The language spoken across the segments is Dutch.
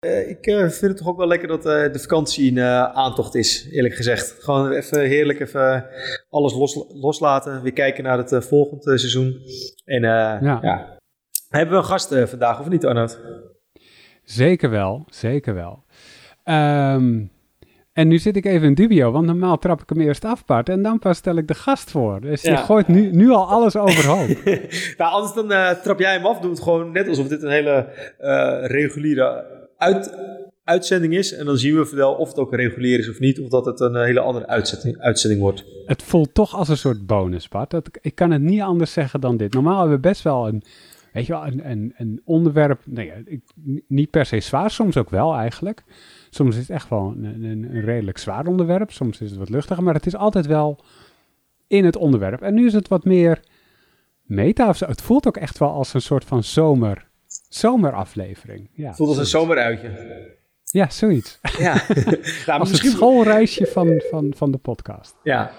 Ik vind het toch ook wel lekker dat de vakantie een aantocht is, eerlijk gezegd. Gewoon even heerlijk, even alles loslaten. Weer kijken naar het volgende seizoen. En ja. Hebben we een gast vandaag, of niet, Arnoud? Zeker wel. En nu zit ik even in dubio, want normaal trap ik hem eerst af, Bart, en dan pas stel ik de gast voor. Dus je gooit nu al alles overhoop. Nou, anders dan trap jij hem af. Doe het gewoon net alsof dit een hele reguliere uitzending is. En dan zien we wel of het ook regulier is of niet, of dat het een hele andere uitzending wordt. Het voelt toch als een soort bonus, Bart. Ik kan het niet anders zeggen dan dit. Normaal hebben we best wel een onderwerp, niet per se zwaar, soms ook wel eigenlijk. Soms is het echt wel een redelijk zwaar onderwerp. Soms is het wat luchtiger, maar het is altijd wel in het onderwerp. En nu is het wat meer meta of zo. Het voelt ook echt wel als een soort van zomeraflevering. Ja, het voelt als een zomeruitje. Ja, zoiets. Ja. Nou, als het schoolreisje van de podcast. Ja.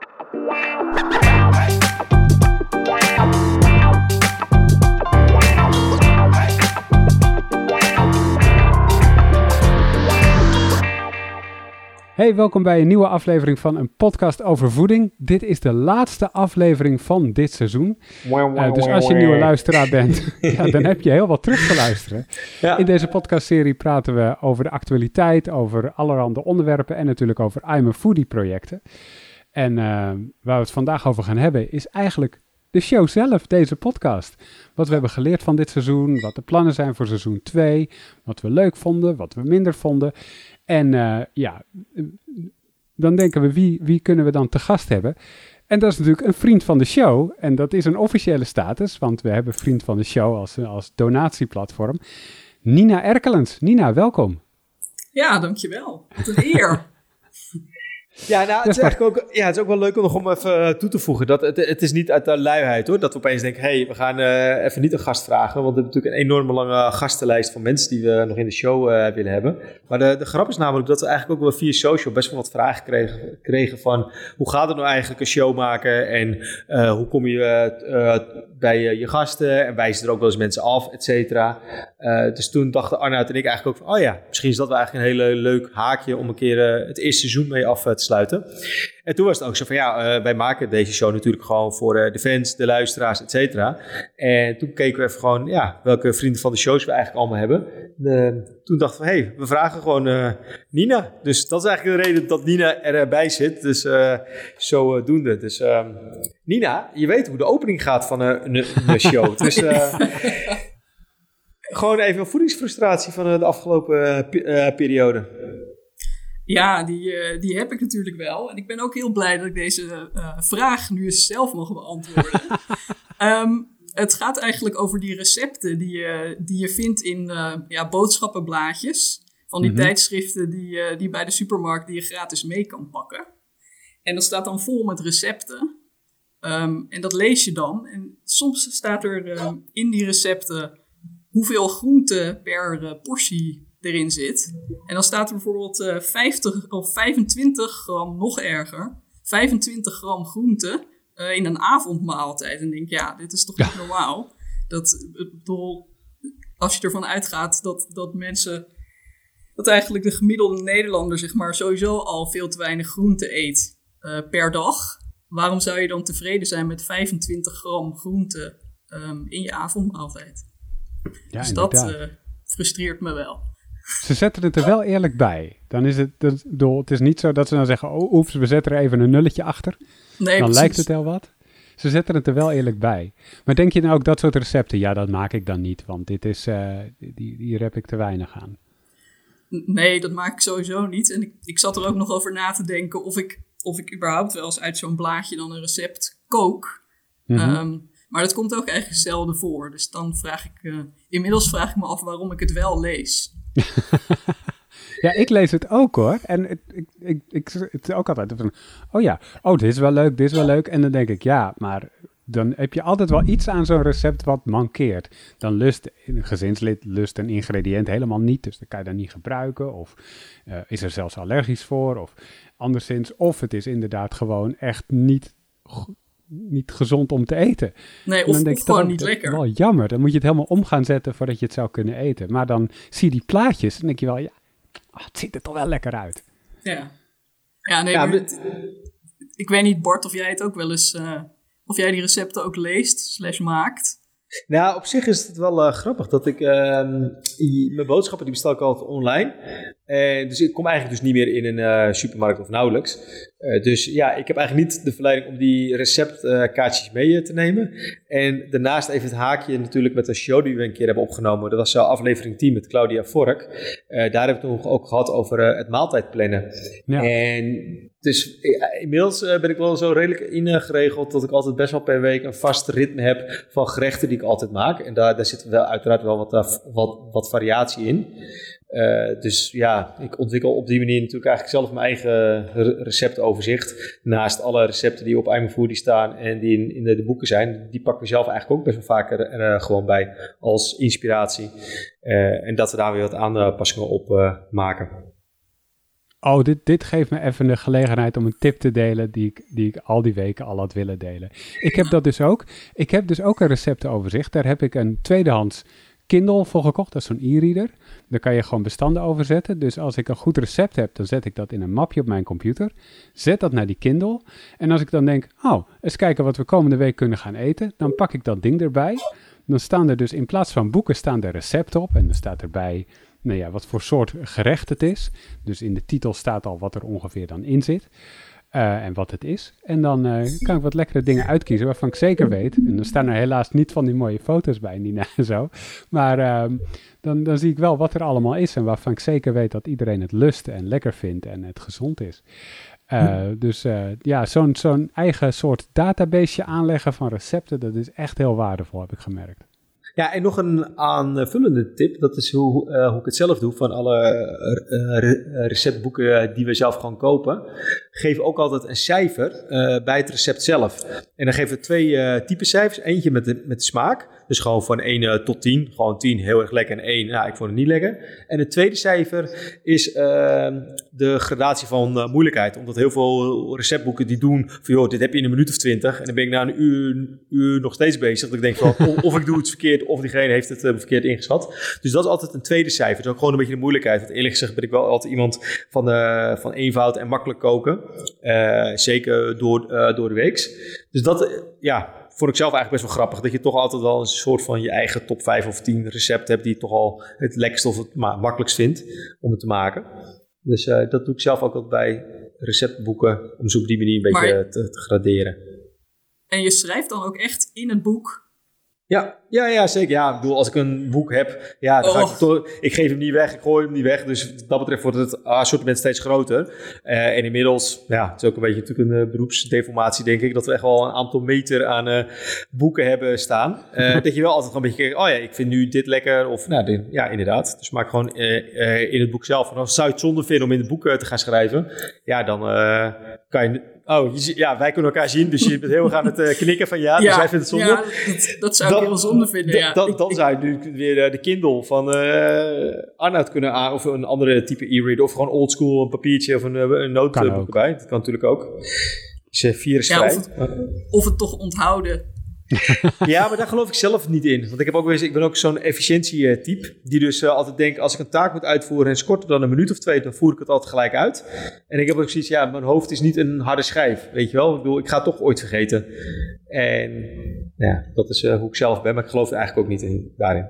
Hey, welkom bij een nieuwe aflevering van een podcast over voeding. Dit is de laatste aflevering van dit seizoen. Dus als je een nieuwe luisteraar bent, dan heb je heel wat terug te luisteren. Ja. In deze podcastserie praten we over de actualiteit, over allerhande onderwerpen en natuurlijk over I'm a Foodie projecten. En waar we het vandaag over gaan hebben is eigenlijk de show zelf, deze podcast. Wat we hebben geleerd van dit seizoen, wat de plannen zijn voor seizoen 2, wat we leuk vonden, wat we minder vonden. En dan denken we, wie kunnen we dan te gast hebben? En dat is natuurlijk een vriend van de show. En dat is een officiële status, want we hebben vriend van de show als donatieplatform. Nina Erkelens. Nina, welkom. Ja, dankjewel. Wat een eer. Ja, nou, het is eigenlijk ook, het is ook wel leuk om even toe te voegen. Dat het is niet uit de luiheid, hoor. Dat we opeens denken, we gaan even niet een gast vragen. Want we hebben natuurlijk een enorme lange gastenlijst van mensen die we nog in de show willen hebben. Maar de grap is namelijk dat we eigenlijk ook wel via social best wel wat vragen kregen van hoe gaat het nou eigenlijk een show maken? En hoe kom je bij je gasten? En wijzen er ook wel eens mensen af, et cetera. Dus toen dachten Arnoud en ik eigenlijk ook van, misschien is dat wel eigenlijk een hele leuk haakje om een keer het eerste seizoen mee af te sluiten. En toen was het ook zo van, wij maken deze show natuurlijk gewoon voor de fans, de luisteraars, et cetera. En toen keken we even gewoon, welke vrienden van de shows we eigenlijk allemaal hebben. Toen dachten we, we vragen gewoon Nina. Dus dat is eigenlijk de reden dat Nina erbij zit. Dus zodoende. Dus Nina, je weet hoe de opening gaat van een show. Dus gewoon even een voedingsfrustratie van de afgelopen periode. Ja, die heb ik natuurlijk wel. En ik ben ook heel blij dat ik deze vraag nu eens zelf mag beantwoorden. Het gaat eigenlijk over die recepten die je vindt in boodschappenblaadjes. Van die tijdschriften die bij de supermarkt die je gratis mee kan pakken. En dat staat dan vol met recepten. En dat lees je dan. En soms staat er in die recepten hoeveel groente per portie erin zit. En dan staat er bijvoorbeeld 50 of 25 gram, nog erger, 25 gram groente in een avondmaaltijd. En denk dit is toch niet normaal. Als je ervan uitgaat dat mensen, dat eigenlijk de gemiddelde Nederlander zeg maar sowieso al veel te weinig groente eet per dag. Waarom zou je dan tevreden zijn met 25 gram groente in je avondmaaltijd? Ja, dus dat frustreert me wel. Ze zetten het er wel eerlijk bij. Dan is het is niet zo dat ze dan zeggen, oeps, we zetten er even een nulletje achter. Nee, dan precies. Lijkt het heel wat. Ze zetten het er wel eerlijk bij. Maar denk je nou ook dat soort recepten, dat maak ik dan niet, want dit is, hier heb ik te weinig aan. Nee, dat maak ik sowieso niet. En ik zat er ook nog over na te denken of ik überhaupt wel eens uit zo'n blaadje dan een recept kook. Maar dat komt ook eigenlijk zelden voor. Dus dan inmiddels vraag ik me af waarom ik het wel lees. Ja, ik lees het ook, hoor. En het is ook altijd van, dit is wel leuk, dit is wel leuk. En dan denk ik, maar dan heb je altijd wel iets aan zo'n recept wat mankeert. Dan lust een gezinslid een ingrediënt helemaal niet, dus dan kan je dat niet gebruiken. Of is er zelfs allergisch voor, of anderszins. Of het is inderdaad gewoon echt niet gezond om te eten. Nee, of gewoon niet lekker. Wel jammer, dan moet je het helemaal om gaan zetten voordat je het zou kunnen eten. Maar dan zie je die plaatjes en denk je wel, het ziet er toch wel lekker uit. Ja, nee, maar ik weet niet, Bart, of jij het ook wel eens, of jij die recepten ook leest / maakt. Nou, op zich is het wel grappig dat ik mijn boodschappen die bestel ik altijd online. Dus ik kom eigenlijk dus niet meer in een supermarkt of nauwelijks. Dus ja, ik heb eigenlijk niet de verleiding om die receptkaartjes mee te nemen. En daarnaast even het haakje natuurlijk met een show die we een keer hebben opgenomen. Dat was aflevering 10 met Claudia Vork. Daar hebben we het nog ook gehad over het maaltijdplannen. Ja. En dus inmiddels ben ik wel zo redelijk ingeregeld dat ik altijd best wel per week een vast ritme heb van gerechten die ik altijd maak. En daar zit wel uiteraard wel wat variatie in. Dus ja, ik ontwikkel op die manier natuurlijk eigenlijk zelf mijn eigen receptoverzicht. Naast alle recepten die op I'm Foodie staan en die in de boeken zijn. Die pak ik mezelf eigenlijk ook best wel vaker er gewoon bij als inspiratie. En dat we daar weer wat aanpassingen op maken. Oh, dit geeft me even de gelegenheid om een tip te delen die ik al die weken al had willen delen. Ik heb dat dus ook. Ik heb dus ook een receptenoverzicht. Daar heb ik een tweedehands Kindle voor gekocht. Dat is zo'n e-reader. Daar kan je gewoon bestanden over zetten. Dus als ik een goed recept heb, dan zet ik dat in een mapje op mijn computer. Zet dat naar die Kindle. En als ik dan denk, eens kijken wat we komende week kunnen gaan eten. Dan pak ik dat ding erbij. Dan staan er dus in plaats van boeken staan er recepten op. En dan staat erbij wat voor soort gerecht het is. Dus in de titel staat al wat er ongeveer dan in zit. En wat het is. En dan kan ik wat lekkere dingen uitkiezen waarvan ik zeker weet. En dan staan er helaas niet van die mooie foto's bij, Nina en zo. Maar dan zie ik wel wat er allemaal is. En waarvan ik zeker weet dat iedereen het lust en lekker vindt en het gezond is. Dus zo'n eigen soort databaseje aanleggen van recepten, dat is echt heel waardevol, heb ik gemerkt. Ja, en nog een aanvullende tip, dat is hoe ik het zelf doe van alle receptboeken die we zelf gaan kopen. Geef ook altijd een cijfer bij het recept zelf. En dan geven we 2 type cijfers. Eentje met de smaak, dus gewoon van 1 tot 10. Gewoon 10 heel erg lekker en 1, ik vond het niet lekker. En het tweede cijfer is de gradatie van moeilijkheid. Omdat heel veel receptboeken die doen van dit heb je in een minuut of 20. En dan ben ik na een uur nog steeds bezig. Dat ik denk van of ik doe het verkeerd of diegene heeft het verkeerd ingeschat. Dus dat is altijd een tweede cijfer. Dat is ook gewoon een beetje de moeilijkheid. Want eerlijk gezegd ben ik wel altijd iemand van eenvoud en makkelijk koken. Zeker door de week. Dus dat vond ik zelf eigenlijk best wel grappig. Dat je toch altijd wel een soort van je eigen top 5 of 10 recept hebt die je toch al het lekkerst of het makkelijkst vindt om het te maken. Dus dat doe ik zelf ook altijd bij receptboeken om zo op die manier een beetje te graderen. En je schrijft dan ook echt in het boek? Ja, zeker. Ja, ik bedoel, als ik een boek heb, dan ga ik geef hem niet weg, ik gooi hem niet weg. Dus wat dat betreft wordt het assortiment steeds groter. En inmiddels, het is ook een beetje natuurlijk een beroepsdeformatie, denk ik, dat we echt wel een aantal meter aan boeken hebben staan. Dat je wel altijd gewoon een beetje kijkt, ik vind nu dit lekker. Of, inderdaad. Dus maak gewoon in het boek zelf. En als zou je het zonde vinden om in het boek te gaan schrijven, dan kan je... wij kunnen elkaar zien, dus je bent heel erg aan het knikken van dus hij vindt het zonde. Ja, dat zou ik heel zonde vinden, Dan zou je nu weer de Kindle van Arnoud kunnen aan, of een andere type e-reader, of gewoon oldschool, een papiertje of een notebook erbij. Dat kan natuurlijk ook. Dus virus vrij. Of het toch onthouden. Ja, maar daar geloof ik zelf niet in. Want ik ben ook zo'n efficiëntietype. Die dus altijd denkt, als ik een taak moet uitvoeren en het is korter dan een minuut of 2, dan voer ik het altijd gelijk uit. En ik heb ook zoiets, mijn hoofd is niet een harde schijf. Weet je wel? Ik bedoel, ik ga het toch ooit vergeten. En dat is hoe ik zelf ben. Maar ik geloof er eigenlijk ook niet daarin.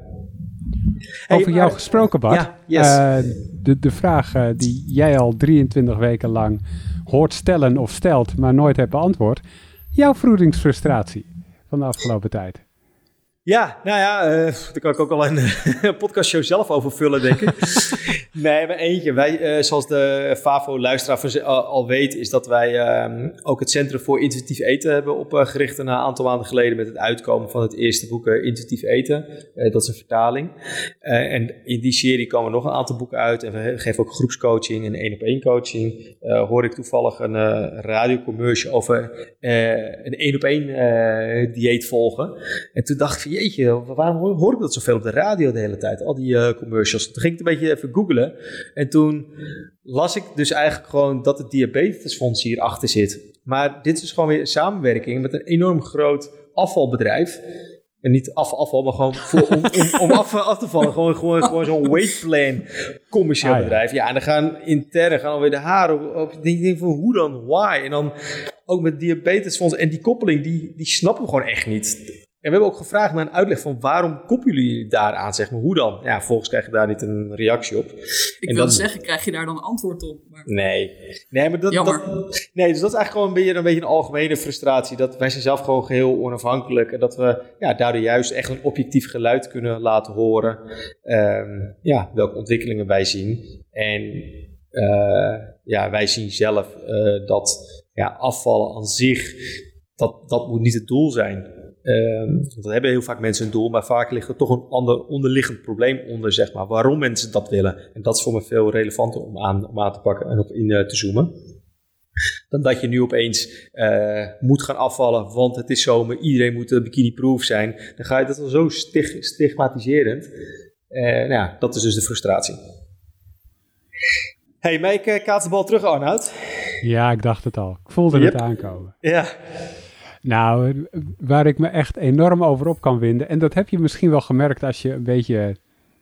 Over jou gesproken, Bart. Ja, yes. De vraag die jij al 23 weken lang hoort stellen of stelt, maar nooit hebt beantwoord. Jouw voedingsfrustratie van de afgelopen tijd. Ja, daar kan ik ook al een podcastshow zelf over vullen, denk ik. Nee, maar eentje. Wij, zoals de FAVO-luisteraar al weet, is dat wij ook het Centrum voor Intuïtief Eten hebben opgericht een aantal maanden geleden met het uitkomen van het eerste boek Intuïtief Eten. Dat is een vertaling. En in die serie komen nog een aantal boeken uit. En we geven ook groepscoaching en 1-op-1 coaching. Hoorde ik toevallig een radiocommercial over een 1-op-1 dieet volgen. En toen dacht ik van, jeetje, waarom hoor ik dat zoveel op de radio de hele tijd? Al die commercials. Toen ging ik een beetje even googlen. En toen las ik dus eigenlijk gewoon dat het Diabetesfonds hierachter zit. Maar dit is gewoon weer een samenwerking met een enorm groot afvalbedrijf. En niet afval, maar gewoon om af te vallen. Gewoon zo'n weightplan commercieel bedrijf. Ja, en dan gaan alweer de haren op. Ik denk van, hoe dan? Why? En dan ook met Diabetesfonds. En die koppeling, die snappen we gewoon echt niet. En we hebben ook gevraagd naar een uitleg van waarom koppelen jullie daar aan, zeg maar. Hoe dan? Ja, volgens krijg je daar niet een reactie op. Ik wilde zeggen, krijg je daar dan een antwoord op? Maar... Nee, maar dus dat is eigenlijk gewoon een beetje een algemene frustratie. Dat wij zijn zelf gewoon geheel onafhankelijk. En dat we daardoor juist echt een objectief geluid kunnen laten horen. Welke ontwikkelingen wij zien. En wij zien zelf dat afvallen aan zich, dat moet niet het doel zijn. Dat hebben heel vaak mensen een doel, maar vaak ligt er toch een ander onderliggend probleem onder, zeg maar, waarom mensen dat willen. En dat is voor me veel relevanter om aan te pakken en op in te zoomen. Dan dat je nu opeens moet gaan afvallen, want het is zomer, iedereen moet bikini-proof zijn. Dan ga je dat al zo stigmatiserend. Dat is dus de frustratie. Hey, maar ik kaats de bal terug, Arnoud. Ja, ik dacht het al. Ik voelde het aankomen. Ja. Nou, waar ik me echt enorm over op kan winden, en dat heb je misschien wel gemerkt als je een beetje,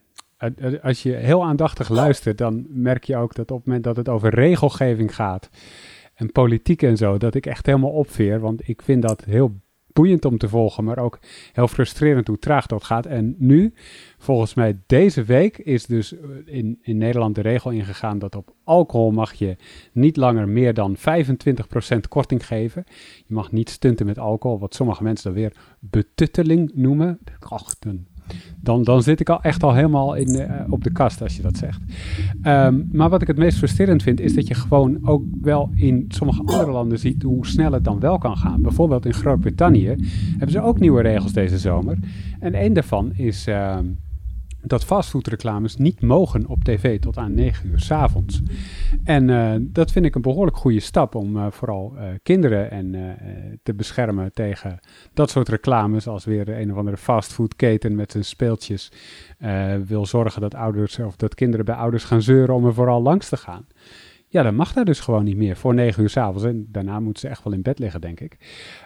als je heel aandachtig luistert, dan merk je ook dat op het moment dat het over regelgeving gaat en politiek en zo, dat ik echt helemaal opveer, want ik vind dat heel boeiend om te volgen, maar ook heel frustrerend hoe traag dat gaat. En nu, volgens mij deze week, is dus in Nederland de regel ingegaan dat op alcohol mag je niet langer meer dan 25% korting geven. Je mag niet stunten met alcohol, wat sommige mensen dan weer betutteling noemen. Och, dan zit ik echt al helemaal op de kast als je dat zegt. Maar wat ik het meest frustrerend vind, is dat je gewoon ook wel in sommige andere landen ziet hoe snel het dan wel kan gaan. Bijvoorbeeld in Groot-Brittannië hebben ze ook nieuwe regels deze zomer. En één daarvan is dat fastfoodreclames niet mogen op tv tot aan 9 uur 's avonds. En dat vind ik een behoorlijk goede stap om vooral kinderen te beschermen tegen dat soort reclames, als weer een of andere fastfoodketen met zijn speeltjes wil zorgen dat ouders of dat kinderen bij ouders gaan zeuren om er vooral langs te gaan. Ja, dan mag dat dus gewoon niet meer voor 9 uur 's avonds. En daarna moeten ze echt wel in bed liggen, denk ik.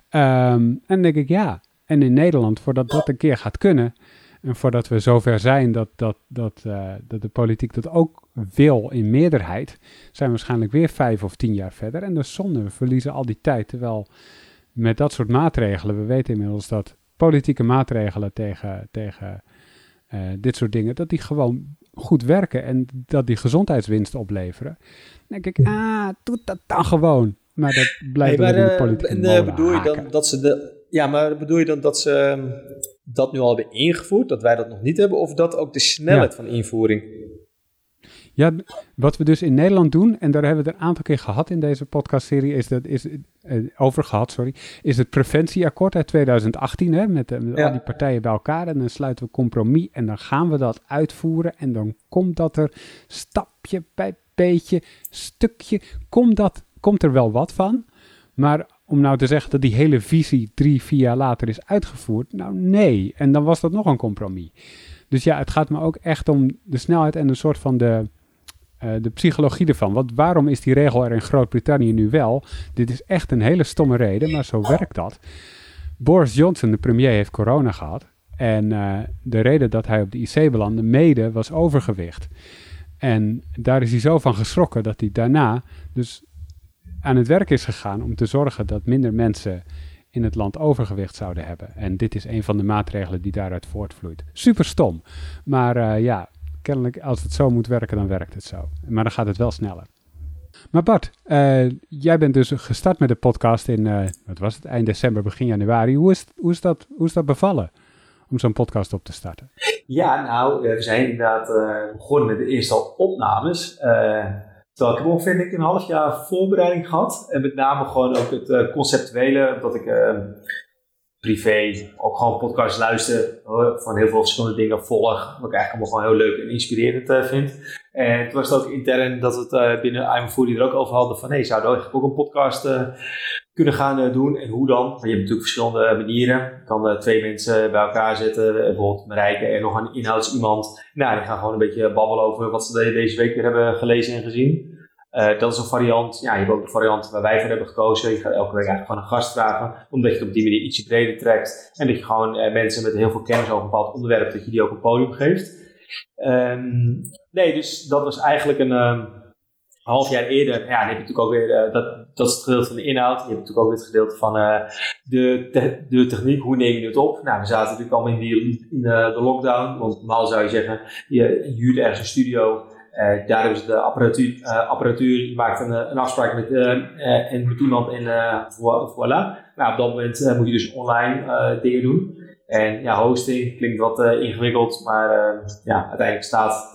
En dan denk ik, ja. En in Nederland, voordat dat een keer gaat kunnen, en voordat we zover zijn dat de politiek dat ook wil in meerderheid, zijn we waarschijnlijk weer 5 of 10 jaar verder. En dat is zonde, we verliezen al die tijd. Terwijl met dat soort maatregelen, we weten inmiddels dat politieke maatregelen tegen dit soort dingen, dat die gewoon goed werken en dat die gezondheidswinst opleveren. Dan denk ik, doe dat dan gewoon. Maar dat blijft in de politieke molen bedoel je dan dat ze bedoel je dan dat ze dat nu al hebben ingevoerd, dat wij dat nog niet hebben, of dat ook de snelheid van invoering? Ja, wat we dus in Nederland doen, en daar hebben we het een aantal keer gehad in deze podcastserie, is het preventieakkoord uit 2018, hè, met al die partijen bij elkaar. En dan sluiten we compromis en dan gaan we dat uitvoeren. En dan komt dat er stapje bij beetje, stukje, komt er wel wat van. Maar om nou te zeggen dat die hele visie 3-4 jaar later is uitgevoerd, nou nee. En dan was dat nog een compromis. Dus ja, het gaat me ook echt om de snelheid en een soort van de psychologie ervan. Want waarom is die regel er in Groot-Brittannië nu wel? Dit is echt een hele stomme reden, maar zo werkt dat. Boris Johnson, de premier, heeft corona gehad. En de reden dat hij op de IC belandde, mede, was overgewicht. En daar is hij zo van geschrokken dat hij daarna dus aan het werk is gegaan om te zorgen dat minder mensen in het land overgewicht zouden hebben. En dit is een van de maatregelen die daaruit voortvloeit. Super stom. Maar kennelijk als het zo moet werken, dan werkt het zo. Maar dan gaat het wel sneller. Maar Bart, jij bent dus gestart met de podcast in, eind december, begin januari. Hoe is dat bevallen om zo'n podcast op te starten? Ja, nou, we zijn inderdaad begonnen met de eerste opnames. Terwijl ik heb ongeveer een half jaar voorbereiding gehad. En met name gewoon ook het conceptuele, dat ik privé ook gewoon podcasts luister, van heel veel verschillende dingen volg, wat ik eigenlijk allemaal gewoon heel leuk en inspirerend vind. En toen was het ook intern dat we het binnen I'm Foodie er ook over hadden van, zouden we eigenlijk ook een podcast kunnen gaan doen en hoe dan. Maar je hebt natuurlijk verschillende manieren. Je kan 2 mensen bij elkaar zetten, bijvoorbeeld Marijke en nog een inhouds-iemand. Nou, die gaan gewoon een beetje babbelen over wat ze deze week weer hebben gelezen en gezien. Dat is een variant. Ja, je hebt ook een variant waar wij voor hebben gekozen. Je gaat elke week eigenlijk gewoon een gast vragen, omdat je het op die manier ietsje breder trekt. En dat je gewoon mensen met heel veel kennis over een bepaald onderwerp, dat je die ook een podium geeft. Dus dat was eigenlijk een half jaar eerder. Ja, dan heb je natuurlijk ook weer, dat is het gedeelte van de inhoud. Je hebt natuurlijk ook weer het gedeelte van de techniek. Hoe neem je het op? Nou, we zaten natuurlijk allemaal in de lockdown. Want normaal zou je zeggen, je huurt ergens een studio. Daar hebben ze de apparatuur. Je maakt een afspraak met iemand en voilà. Nou, op dat moment moet je dus online dingen doen. En ja, hosting klinkt wat ingewikkeld, maar uiteindelijk staat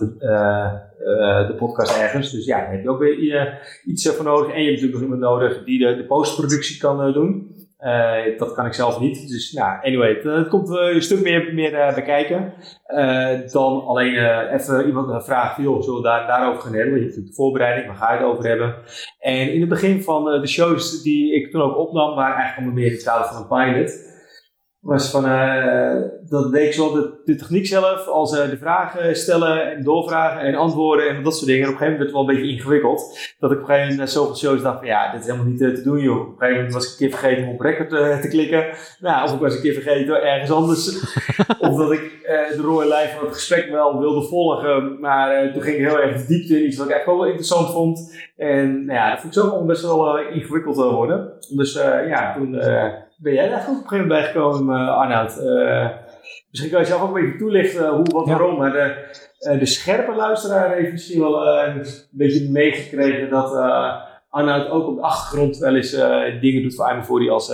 de podcast ergens. Dus ja, daar heb je ook weer iets voor nodig. En je hebt natuurlijk nog iemand nodig die de postproductie kan doen. Dat kan ik zelf niet. Dus anyway, het komt een stuk meer bekijken. Dan alleen even iemand vraagt, joh, zullen we daarover gaan hebben? Je hebt natuurlijk de voorbereiding, waar ga je het over hebben? En in het begin van de shows die ik toen ook opnam, waren eigenlijk allemaal meer in het kader van een pilot. Was van, dat deed ik zowel de techniek zelf als de vragen stellen en doorvragen en antwoorden en dat soort dingen. En op een gegeven moment werd het wel een beetje ingewikkeld. Dat ik op een gegeven moment zoveel shows dacht van ja, dit is helemaal niet te doen joh. Op een gegeven moment was ik een keer vergeten om op record te klikken. Nou, of ik was een keer vergeten ergens anders. Of dat ik de rode lijn van het gesprek wel wilde volgen. Maar toen ging ik heel erg de diepte in iets wat ik echt wel interessant vond. En dat vond ik zo best wel ingewikkeld worden. Dus toen... ben jij daar goed op een gegeven moment bijgekomen, Arnoud? Misschien kan je zelf ook een beetje toelichten hoe, wat, waarom. Maar de scherpe luisteraar heeft misschien wel een beetje meegekregen dat Arnoud ook op de achtergrond wel eens dingen doet voor iMovie als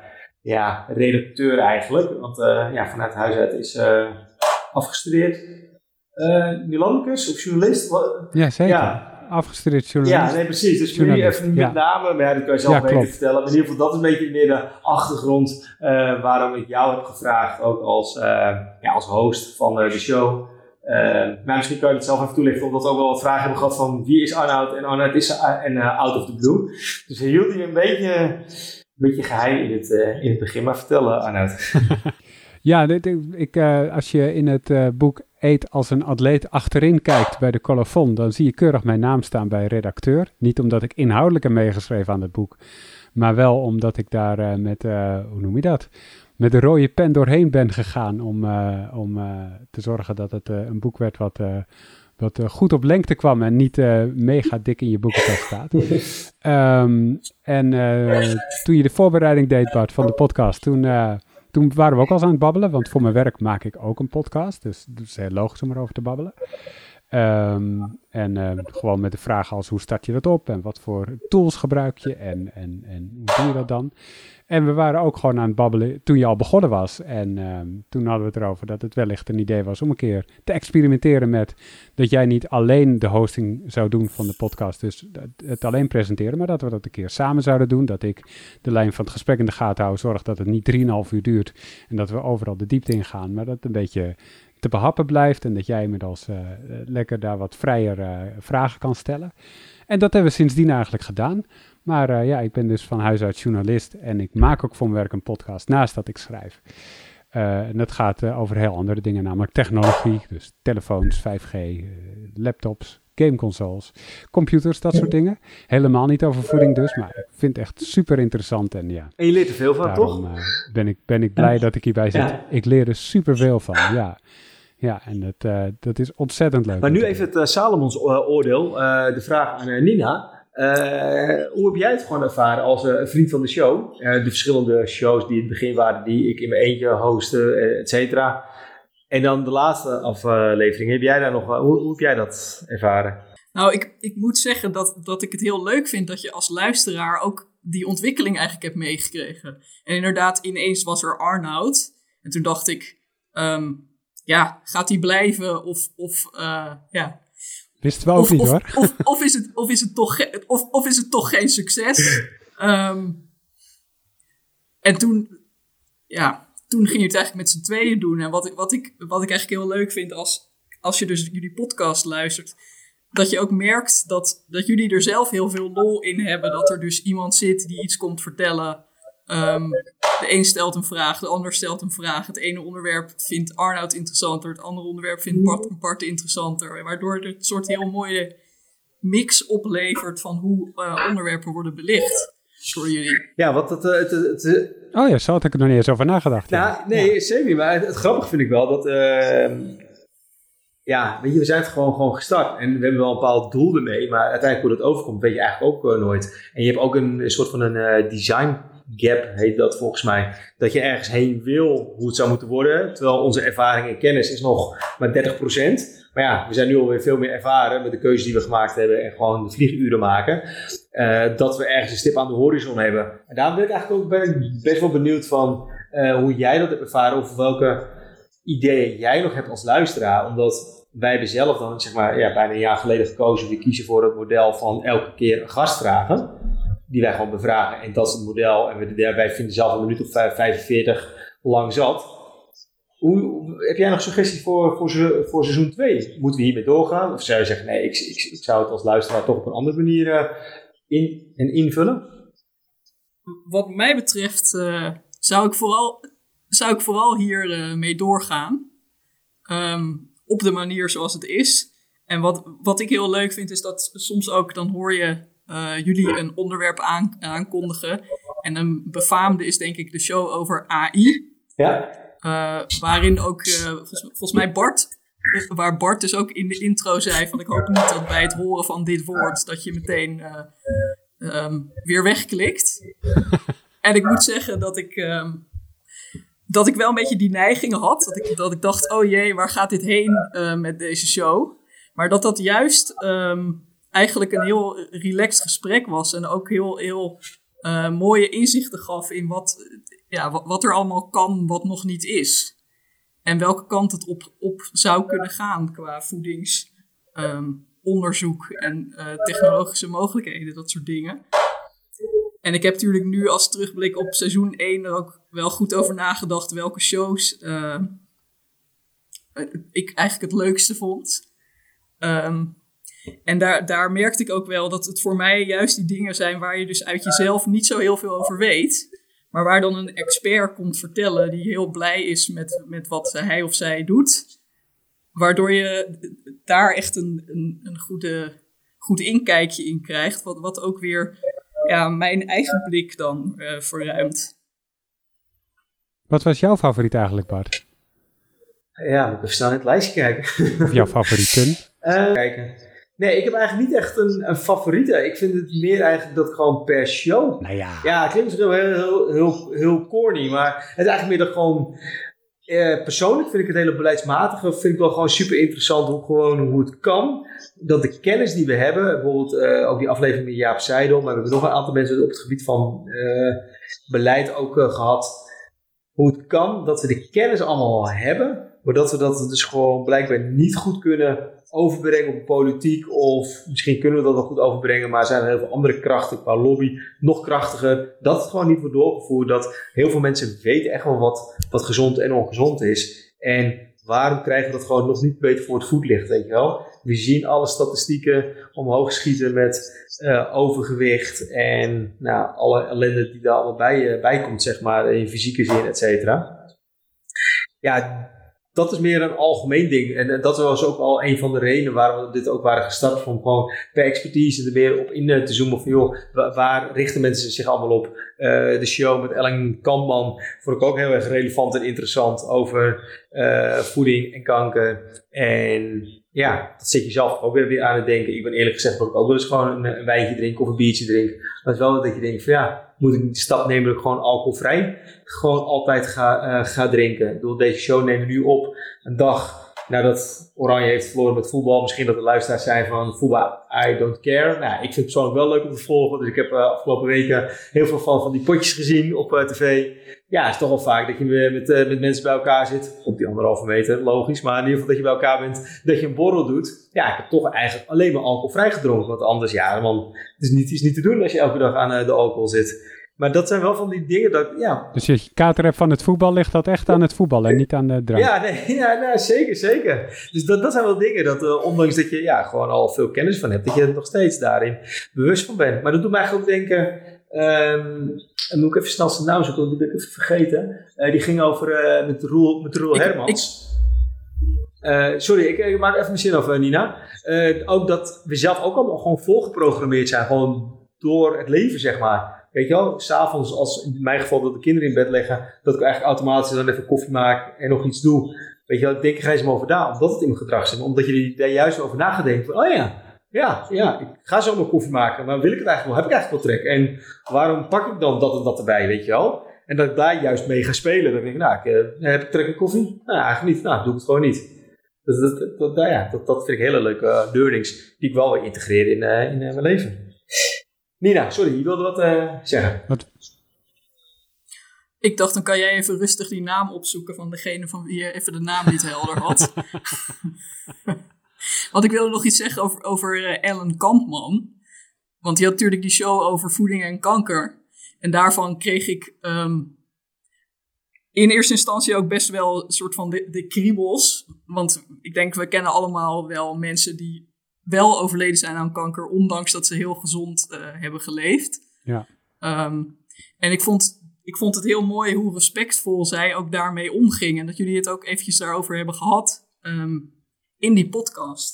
redacteur eigenlijk. Want vanuit huis uit is afgestudeerd. Milanicus of journalist? Ja, zeker. Ja. Afgestudeerd journalist. Ja, nee, precies. Dus nu even niet met name, maar dat kan je zelf beter vertellen. Maar in ieder geval, dat is een beetje meer de achtergrond waarom ik jou heb gevraagd, ook als host van de show. Maar misschien kan je het zelf even toelichten, omdat we ook wel wat vragen hebben gehad van wie is Arnoud? En Arnoud is out of the blue. Dus hij hield hier een beetje geheim in het begin. Maar vertel, Arnoud. Ja, als je in het boek Eet als een atleet achterin kijkt bij de colofon, dan zie je keurig mijn naam staan bij redacteur. Niet omdat ik inhoudelijk heb meegeschreven aan het boek, maar wel omdat ik daar met de rode pen doorheen ben gegaan om te zorgen dat het een boek werd wat goed op lengte kwam en niet mega dik in je boekenkast staat. Toen je de voorbereiding deed, Bart, van de podcast, toen waren we ook al eens aan het babbelen, want voor mijn werk maak ik ook een podcast. Dus het is heel logisch om erover te babbelen. Gewoon met de vraag als hoe start je dat op en wat voor tools gebruik je en hoe doe je dat dan? En we waren ook gewoon aan het babbelen toen je al begonnen was. En toen hadden we het erover dat het wellicht een idee was om een keer te experimenteren met dat jij niet alleen de hosting zou doen van de podcast, dus het alleen presenteren, maar dat we dat een keer samen zouden doen. Dat ik de lijn van het gesprek in de gaten hou, zorg dat het niet 3,5 uur duurt en dat we overal de diepte in gaan, maar dat het een beetje te behappen blijft en dat jij inmiddels lekker daar wat vrijer vragen kan stellen. En dat hebben we sindsdien eigenlijk gedaan. Maar ik ben dus van huis uit journalist en ik maak ook voor mijn werk een podcast naast dat ik schrijf. En dat gaat over heel andere dingen, namelijk technologie, dus telefoons, 5G, laptops, gameconsoles, computers, dat soort dingen. Helemaal niet over voeding dus, maar ik vind het echt super interessant. En je leert er veel van, toch? Ben ik blij dat ik hierbij zit. Ja. Ik leer er super veel van, ja. Ja, en dat is ontzettend leuk. Maar nu even het Salomons oordeel, de vraag aan Nina. Hoe heb jij het gewoon ervaren als een vriend van de show? De verschillende shows die in het begin waren, die ik in mijn eentje hostte, et cetera. En dan de laatste aflevering. Heb jij daar nog, hoe heb jij dat ervaren? Nou, ik moet zeggen dat ik het heel leuk vind dat je als luisteraar ook die ontwikkeling eigenlijk hebt meegekregen. En inderdaad, ineens was er Arnoud. En toen dacht ik, gaat hij blijven of wisten we ook niet hoor. Of is het toch geen succes? En toen ging je het eigenlijk met z'n tweeën doen. En wat ik eigenlijk heel leuk vind als je dus jullie podcast luistert. dat je ook merkt dat jullie er zelf heel veel lol in hebben. Dat er dus iemand zit die iets komt vertellen. De een stelt een vraag, de ander stelt een vraag. Het ene onderwerp vindt Arnoud interessanter, het andere onderwerp vindt Bart interessanter. Waardoor het een soort heel mooie mix oplevert van hoe onderwerpen worden belicht door jullie. Ja, wat Oh ja, zo had ik er nog niet eens over nagedacht. Nou, nee, zeker niet. Maar het grappige vind ik wel dat... weet je, we zijn het gewoon gestart. En we hebben wel een bepaald doel ermee. Maar uiteindelijk hoe dat overkomt, weet je eigenlijk ook nooit. En je hebt ook een soort van een design gap, heet dat volgens mij. Dat je ergens heen wil hoe het zou moeten worden. Terwijl onze ervaring en kennis is nog maar 30%. Maar ja, we zijn nu alweer veel meer ervaren met de keuzes die we gemaakt hebben. En gewoon de vlieguren maken. Dat we ergens een stip aan de horizon hebben. En daarom ben ik best wel benieuwd van hoe jij dat hebt ervaren. Of welke ideeën jij nog hebt als luisteraar. Omdat... wij hebben zelf dan bijna een jaar geleden gekozen. We kiezen voor het model van elke keer een gast vragen. Die wij gewoon bevragen. En dat is het model. En wij vinden zelf een minuut of 45 lang zat. Heb jij nog suggesties voor seizoen 2? Moeten we hiermee doorgaan? Of zou je zeggen, nee, ik zou het als luisteraar toch op een andere manier invullen? Wat mij betreft zou ik vooral hier mee doorgaan. Op de manier zoals het is. En wat ik heel leuk vind is dat soms ook, dan hoor je jullie een onderwerp aankondigen. En een befaamde is denk ik de show over AI. Ja. Waarin ook, volgens mij waar Bart dus ook in de intro zei van ik hoop niet dat bij het horen van dit woord dat je meteen weer wegklikt. En ik moet zeggen dat ik wel een beetje die neiging had. Dat ik dacht, oh jee, waar gaat dit heen met deze show? Maar dat juist eigenlijk een heel relaxed gesprek was. En ook heel mooie inzichten gaf in wat er allemaal kan, wat nog niet is. En welke kant het op zou kunnen gaan qua voedingsonderzoek en technologische mogelijkheden, dat soort dingen. En ik heb natuurlijk nu als terugblik op seizoen 1 er ook wel goed over nagedacht welke shows ik eigenlijk het leukste vond. En daar merkte ik ook wel dat het voor mij juist die dingen zijn waar je dus uit jezelf niet zo heel veel over weet. Maar waar dan een expert komt vertellen die heel blij is met wat hij of zij doet. Waardoor je daar echt een goed inkijkje in krijgt. Wat ook weer mijn eigen blik dan verruimt. Wat was jouw favoriet eigenlijk, Bart? Ja, moet ik even snel in het lijstje kijken. Of jouw favorieten? Kijken. Nee, ik heb eigenlijk niet echt een favoriete. Ik vind het meer eigenlijk dat gewoon per show. Nou ja. Ja, het klinkt misschien heel corny, maar het is eigenlijk meer dat gewoon... persoonlijk vind ik het hele beleidsmatige vind ik wel gewoon super interessant hoe het kan. Dat de kennis die we hebben, bijvoorbeeld ook die aflevering met Jaap Seidel, maar we hebben nog een aantal mensen op het gebied van beleid ook gehad. Hoe het kan dat we de kennis allemaal al hebben, maar dat we dat dus gewoon blijkbaar niet goed kunnen overbrengen op politiek, of misschien kunnen we dat wel goed overbrengen, maar zijn er heel veel andere krachten qua lobby nog krachtiger, dat het gewoon niet wordt doorgevoerd, dat heel veel mensen weten echt wel wat gezond en ongezond is. En waarom krijgen we dat gewoon nog niet beter voor het voetlicht, weet je wel? We zien alle statistieken omhoog schieten met overgewicht en alle ellende die daar allemaal bij komt, zeg maar, in fysieke zin, et cetera. Ja, dat is meer een algemeen ding. En dat was ook al een van de redenen waarom we dit ook waren gestart. Om gewoon per expertise er meer op in te zoomen. Van joh, waar richten mensen zich allemaal op? De show met Ellen Kampman vond ik ook heel erg relevant en interessant. Over voeding en kanker. En ja, dat zit je zelf ook weer aan het denken. Ik ben eerlijk gezegd dat ik ook wel eens gewoon een wijntje drink of een biertje drink. Maar het is wel dat je denkt van ja, moet ik de stap nemen dat ik gewoon alcoholvrij gewoon altijd ga drinken. Ik bedoel, deze show nemen we nu op een dag nadat Oranje heeft verloren met voetbal. Misschien dat de luisteraars zijn van voetbal, I don't care. Nou, ik vind het persoonlijk wel leuk om te volgen. Dus ik heb afgelopen weken heel veel van die potjes gezien op tv. Ja, het is toch wel vaak dat je met mensen bij elkaar zit. Op die 1,5 meter, logisch. Maar in ieder geval dat je bij elkaar bent, dat je een borrel doet. Ja, ik heb toch eigenlijk alleen maar alcoholvrij gedronken. Want anders, ja man, het is niet te doen als je elke dag aan de alcohol zit. Maar dat zijn wel van die dingen dat, ja. Dus je kater hebt van het voetbal, ligt dat echt aan het voetbal en niet aan de drank? Ja, zeker. Dus dat zijn wel dingen dat, ondanks dat je gewoon al veel kennis van hebt, dat je er nog steeds daarin bewust van bent. Maar dat doet mij eigenlijk ook denken, en moet ik even snel zijn naam zoeken, want die ben ik even vergeten. Die ging over met Roel Hermans. Sorry, ik maak even mijn zin af, Nina. Ook dat we zelf ook allemaal gewoon volgeprogrammeerd zijn, gewoon door het leven, zeg maar. Weet je wel, s'avonds, als in mijn geval dat de kinderen in bed liggen, dat ik eigenlijk automatisch dan even koffie maak en nog iets doe. Weet je wel, ik denk er geen eens over na, omdat het in mijn gedrag zit. Omdat je daar juist over na gaat denken van, ja, ik ga zo mijn koffie maken, maar wil ik het eigenlijk wel? Heb ik eigenlijk wel trek? En waarom pak ik dan dat en dat erbij, weet je wel? En dat ik daar juist mee ga spelen. Dan denk ik, heb ik trek in koffie? Nou, eigenlijk niet. Nou, doe ik het gewoon niet. Dat vind ik hele leuke learnings die ik wel weer integreer in mijn leven. Nina, sorry, je wilde wat zeggen. Wat? Ik dacht, dan kan jij even rustig die naam opzoeken van degene van wie je even de naam niet helder had. Want ik wilde nog iets zeggen over Ellen Kampman. Want die had natuurlijk die show over voeding en kanker. En daarvan kreeg ik in eerste instantie ook best wel een soort van de kriebels. Want ik denk, we kennen allemaal wel mensen die wel overleden zijn aan kanker, ondanks dat ze heel gezond hebben geleefd. Ja. En ik vond het heel mooi hoe respectvol zij ook daarmee omging. En dat jullie het ook eventjes daarover hebben gehad in die podcast.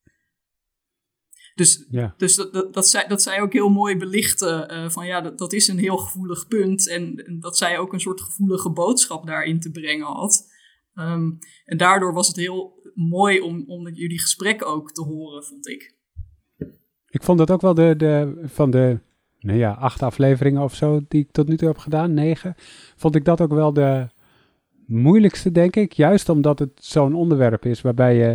Dus dat zij ook heel mooi belichtte van dat is een heel gevoelig punt. En dat zij ook een soort gevoelige boodschap daarin te brengen had. En daardoor was het heel mooi om jullie gesprekken ook te horen, vond ik. Ik vond dat ook wel van de 8 afleveringen of zo die ik tot nu toe heb gedaan, 9, vond ik dat ook wel de moeilijkste, denk ik. Juist omdat het zo'n onderwerp is waarbij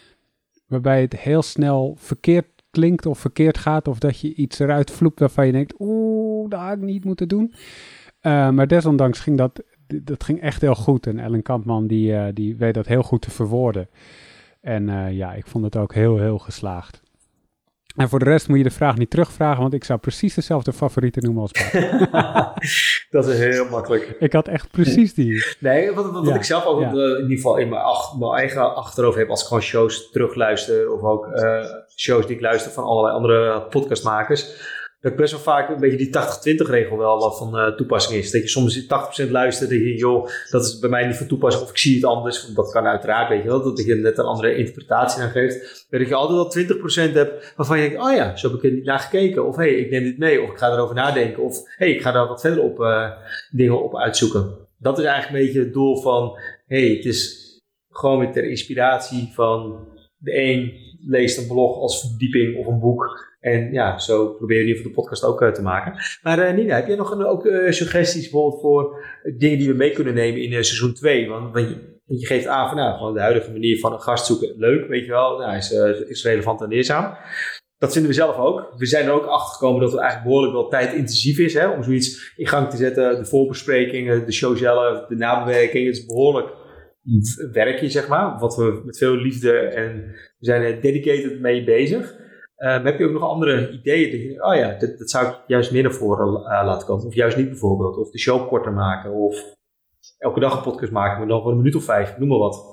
het heel snel verkeerd klinkt of verkeerd gaat, of dat je iets eruit vloept waarvan je denkt, dat had ik niet moeten doen. Maar desondanks ging dat ging echt heel goed. En Ellen Kampman die weet dat heel goed te verwoorden. En ik vond het ook heel, heel geslaagd. En voor de rest moet je de vraag niet terugvragen, want ik zou precies dezelfde favorieten noemen als Bart. Dat is heel makkelijk. Ik had echt precies die. Nee, wat ik zelf ook in ieder geval in mijn eigen achterhoofd heb als ik gewoon shows terugluister, of ook shows die ik luister van allerlei andere podcastmakers, dat ik best wel vaak een beetje die 80-20 regel wel wat van toepassing is. Dat je soms 80% luistert en je joh, dat is bij mij niet van toepassing, of ik zie het anders. Want dat kan uiteraard, weet je wel, dat je net een andere interpretatie aan geeft. Dat je altijd al 20% hebt waarvan je denkt, zo heb ik er niet naar gekeken. Of ik neem dit mee, of ik ga erover nadenken. Of ik ga daar wat verder op dingen op uitzoeken. Dat is eigenlijk een beetje het doel van, het is gewoon weer ter inspiratie van de een leest een blog als verdieping of een boek. En zo probeer je in ieder geval de podcast ook te maken. Maar Nina, heb jij nog ook suggesties bijvoorbeeld voor dingen die we mee kunnen nemen in seizoen 2? Want je geeft aan van gewoon de huidige manier van een gast zoeken. Leuk, weet je wel. Is relevant en leerzaam. Dat vinden we zelf ook. We zijn er ook achter gekomen dat het eigenlijk behoorlijk wel tijdintensief is. Hè, om zoiets in gang te zetten. De voorbesprekingen, de show zelf, de nabewerking. Het is behoorlijk werkje, zeg maar. Wat we met veel liefde en we zijn er dedicated mee bezig. Heb je ook nog andere ideeën? Dat je denkt, dat zou ik juist meer naar voren laten komen. Of juist niet bijvoorbeeld. Of de show korter maken. Of elke dag een podcast maken. Maar dan voor een minuut of 5. Noem maar wat.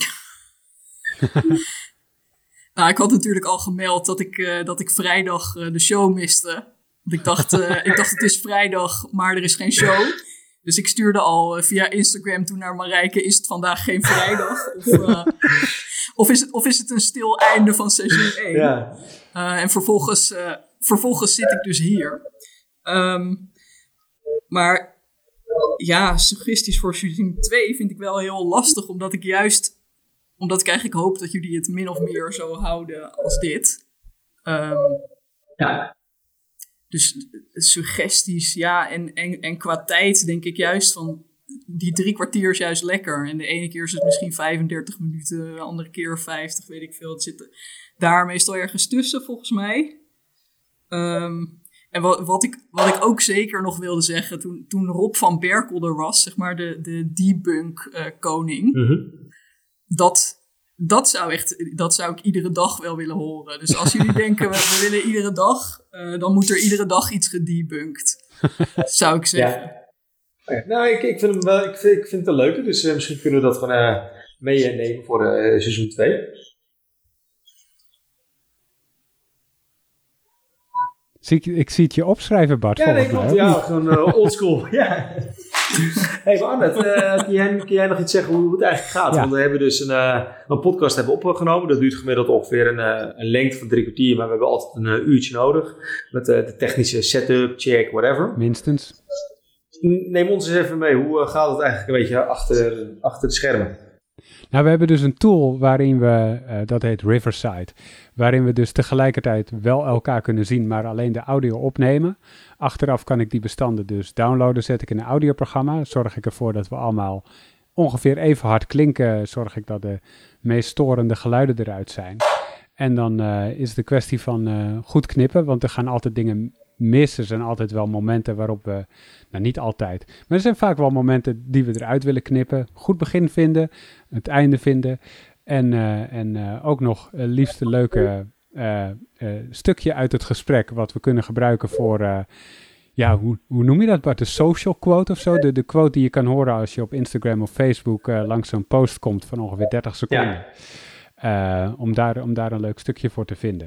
Nou, ik had natuurlijk al gemeld dat ik vrijdag de show miste. Want ik dacht het is vrijdag, maar er is geen show. Dus ik stuurde al via Instagram toen naar Marijke, is het vandaag geen vrijdag? Of is het een stil einde van seizoen 1? Ja. En vervolgens zit ik dus hier. Maar suggesties voor seizoen 2 vind ik wel heel lastig, omdat ik eigenlijk hoop dat jullie het min of meer zo houden als dit. Dus suggesties, en qua tijd denk ik juist van die 3 kwartier is juist lekker. En de ene keer is het misschien 35 minuten, de andere keer 50, weet ik veel. Het zit daar meestal ergens tussen, volgens mij. En wat ik ook zeker nog wilde zeggen, toen Rob van Berkel er was, zeg maar de debunk koning, dat zou ik iedere dag wel willen horen. Dus als jullie denken, we willen iedere dag, dan moet er iedere dag iets gedebunkt. zou ik zeggen. Ja. Nou, ik vind hem wel, ik vind het een leuke, dus misschien kunnen we dat gewoon meenemen voor seizoen 2. Ik zie het je opschrijven, Bart. Ja, nee, klopt. Ja, gewoon oldschool. Ja. Hey, maar Arnoud, kun jij nog iets zeggen hoe het eigenlijk gaat? Ja. Want we hebben dus een podcast opgenomen. Dat duurt gemiddeld ongeveer een lengte van 3 kwartier. Maar we hebben altijd een uurtje nodig. Met de technische setup, check, whatever. Minstens. Neem ons eens even mee. Hoe gaat het eigenlijk een beetje achter de schermen? Nou, we hebben dus een tool waarin we, dat heet Riverside, waarin we dus tegelijkertijd wel elkaar kunnen zien, maar alleen de audio opnemen. Achteraf kan ik die bestanden dus downloaden, zet ik in een audioprogramma. Zorg ik ervoor dat we allemaal ongeveer even hard klinken. Zorg ik dat de meest storende geluiden eruit zijn. En dan is het de kwestie van goed knippen, want er gaan altijd dingen mis. Er zijn altijd wel momenten waarop we, nou niet altijd, maar er zijn vaak wel momenten die we eruit willen knippen. Goed begin vinden, het einde vinden en ook nog liefst een leuke stukje uit het gesprek wat we kunnen gebruiken voor, hoe noem je dat, Bart? De social quote of zo? De quote die je kan horen als je op Instagram of Facebook langs zo'n post komt van ongeveer 30 seconden. Ja. Om daar een leuk stukje voor te vinden.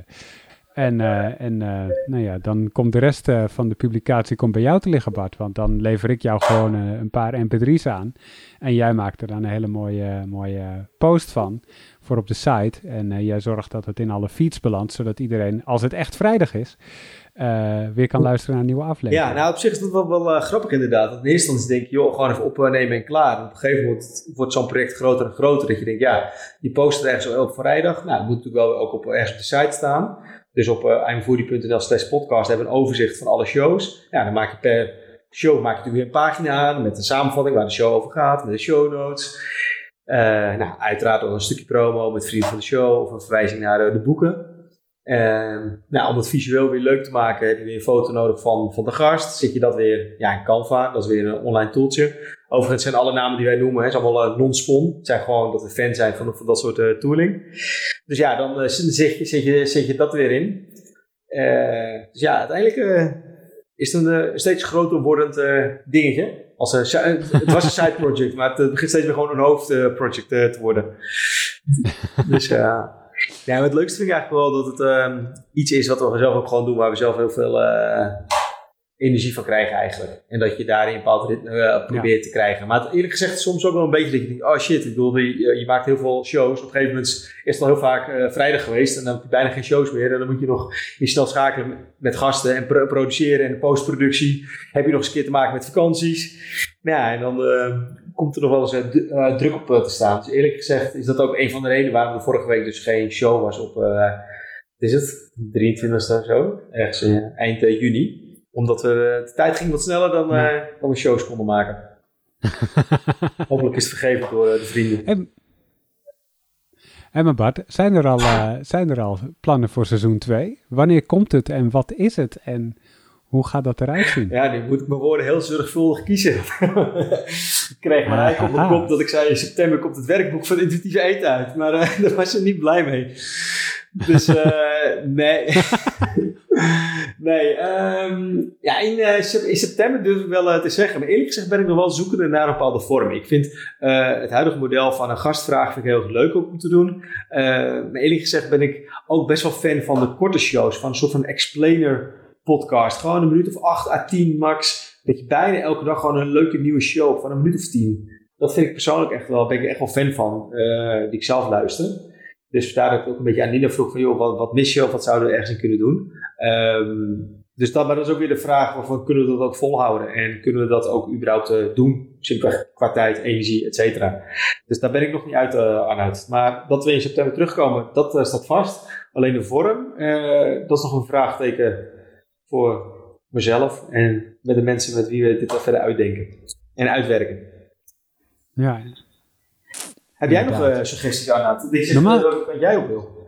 Dan komt de rest van de publicatie bij jou te liggen, Bart. Want dan lever ik jou gewoon een paar mp3's aan. En jij maakt er dan een hele mooie post van voor op de site. En jij zorgt dat het in alle feeds belandt, zodat iedereen, als het echt vrijdag is, weer kan luisteren naar een nieuwe aflevering. Ja, nou op zich is het wel grappig inderdaad. In eerste instantie denk je, gewoon even opnemen en klaar. En op een gegeven moment wordt zo'n project groter en groter. Dat je denkt, die post het ergens op vrijdag. Nou, dat moet natuurlijk wel ook ergens op de site staan. Dus op imvoerdie.nl/podcast hebben we een overzicht van alle shows. Ja, dan maak je per show natuurlijk weer een pagina aan met een samenvatting waar de show over gaat, met de show notes. Uiteraard ook een stukje promo met vrienden van de show of een verwijzing naar de boeken. Om het visueel weer leuk te maken heb je weer een foto nodig van de gast. Zet je dat weer in Canva, dat is weer een online tooltje. Overigens zijn alle namen die wij noemen, het is allemaal non-spon. Het zijn gewoon dat we fan zijn van dat soort tooling. Dus dan zet je dat weer in. Uiteindelijk is het een steeds groter wordend dingetje. Het was een side project, maar het begint steeds meer gewoon een hoofdproject te worden. Dus het leukste vind ik eigenlijk wel dat het iets is wat we zelf ook gewoon doen, waar we zelf heel veel energie van krijgen eigenlijk. En dat je daarin een bepaald ritme probeert te krijgen. Maar eerlijk gezegd soms ook wel een beetje dat je denkt, oh shit, ik bedoel, je maakt heel veel shows. Op een gegeven moment is het al heel vaak vrijdag geweest en dan heb je bijna geen shows meer. En dan moet je nog snel schakelen met gasten en produceren en de postproductie. Heb je nog eens een keer te maken met vakanties. En dan komt er nog wel eens druk op te staan. Dus eerlijk gezegd is dat ook een van de redenen waarom er vorige week dus geen show was op, 23e of zo, ergens eind juni. Omdat de tijd ging wat sneller dan we shows konden maken. Hopelijk is het vergeven door de vrienden. Maar Bart, zijn er al plannen voor seizoen 2? Wanneer komt het en wat is het? En hoe gaat dat eruit zien? Ja, nu moet ik mijn woorden heel zorgvuldig kiezen. Ik kreeg maar eigenlijk op mijn kop dat ik zei, in september komt het werkboek van intuïtieve eten uit. Maar daar was ze niet blij mee. Dus nee. In september durf ik wel te zeggen. Maar eerlijk gezegd ben ik nog wel zoekende naar een bepaalde vorm. Ik vind het huidige model van een gastvraag vind ik heel erg leuk om te doen. Maar eerlijk gezegd ben ik ook best wel fan van de korte shows. Van een soort van explainer podcast. Gewoon een minuut of 8 à 10 max. Dat je bijna elke dag gewoon een leuke nieuwe show van een minuut of 10. Dat vind ik persoonlijk ben ik echt wel fan van. Die ik zelf luister. Dus daar heb ik ook een beetje aan Nina vroeg van, joh, wat mis je of wat zouden we ergens in kunnen doen? Maar dat is ook weer de vraag van, kunnen we dat ook volhouden? En kunnen we dat ook überhaupt doen? Simpelweg qua tijd, energie, et cetera. Dus daar ben ik nog niet aan uit. Maar dat we in september terugkomen, dat staat vast. Alleen de vorm, dat is nog een vraagteken voor mezelf en met de mensen met wie we dit verder uitdenken en uitwerken. Ja. Heb jij nog suggesties, Arnoud? Wat jij ook wil?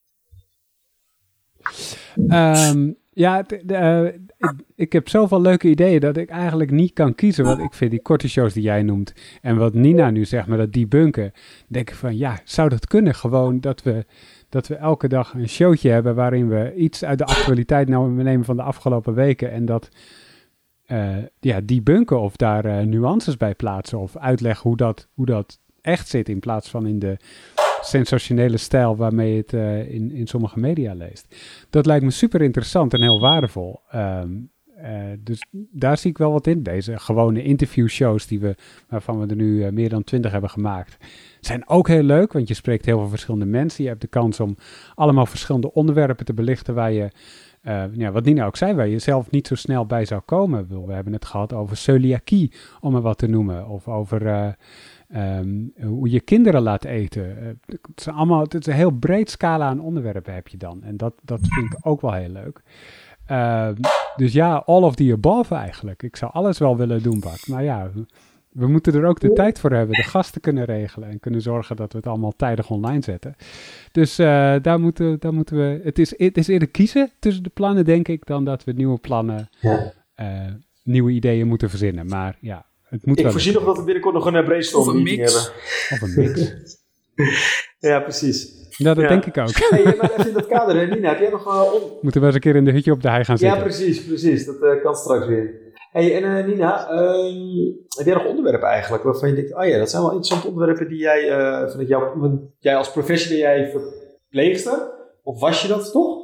Ik heb zoveel leuke ideeën dat ik eigenlijk niet kan kiezen. Want ik vind die korte shows die jij noemt en wat Nina nu zegt, maar dat debunken, denk ik van zou dat kunnen? Gewoon dat we elke dag een showtje hebben waarin we iets uit de actualiteit nemen van de afgelopen weken en dat debunken of daar nuances bij plaatsen of uitleggen hoe dat echt zit in plaats van in de sensationele stijl waarmee je het in sommige media leest. Dat lijkt me super interessant en heel waardevol. Dus daar zie ik wel wat in. Deze gewone interviewshows waarvan we er nu meer dan 20 hebben gemaakt, zijn ook heel leuk, want je spreekt heel veel verschillende mensen. Je hebt de kans om allemaal verschillende onderwerpen te belichten waar je, wat Nina ook zei, waar je zelf niet zo snel bij zou komen. We hebben het gehad over celiakie, om er wat te noemen, of over hoe je kinderen laat eten. Het is een heel breed scala aan onderwerpen heb je dan. En dat vind ik ook wel heel leuk. Dus ja, all of the above eigenlijk. Ik zou alles wel willen doen, Bart. Maar ja, we moeten er ook de tijd voor hebben, de gasten kunnen regelen en kunnen zorgen dat we het allemaal tijdig online zetten. Dus daar moeten we... Het is eerder kiezen tussen de plannen, denk ik, dan dat we nieuwe plannen, nieuwe ideeën moeten verzinnen. Maar ja, het moet wel... Ik voorzie nog dat we binnenkort nog een brainstorm meeting hebben. Of een mix. Ja, precies. Ja, dat denk ik ook. Hey, maar even in dat kader, Nina, heb jij nog... Moeten we eens een keer in de hutje op de hei gaan zitten? Ja, precies. Dat kan straks weer. Hey, en Nina, heb jij nog onderwerpen eigenlijk waarvan je denkt, dat zijn wel interessante onderwerpen die jij als professional, jij verpleegster? Of was je dat toch?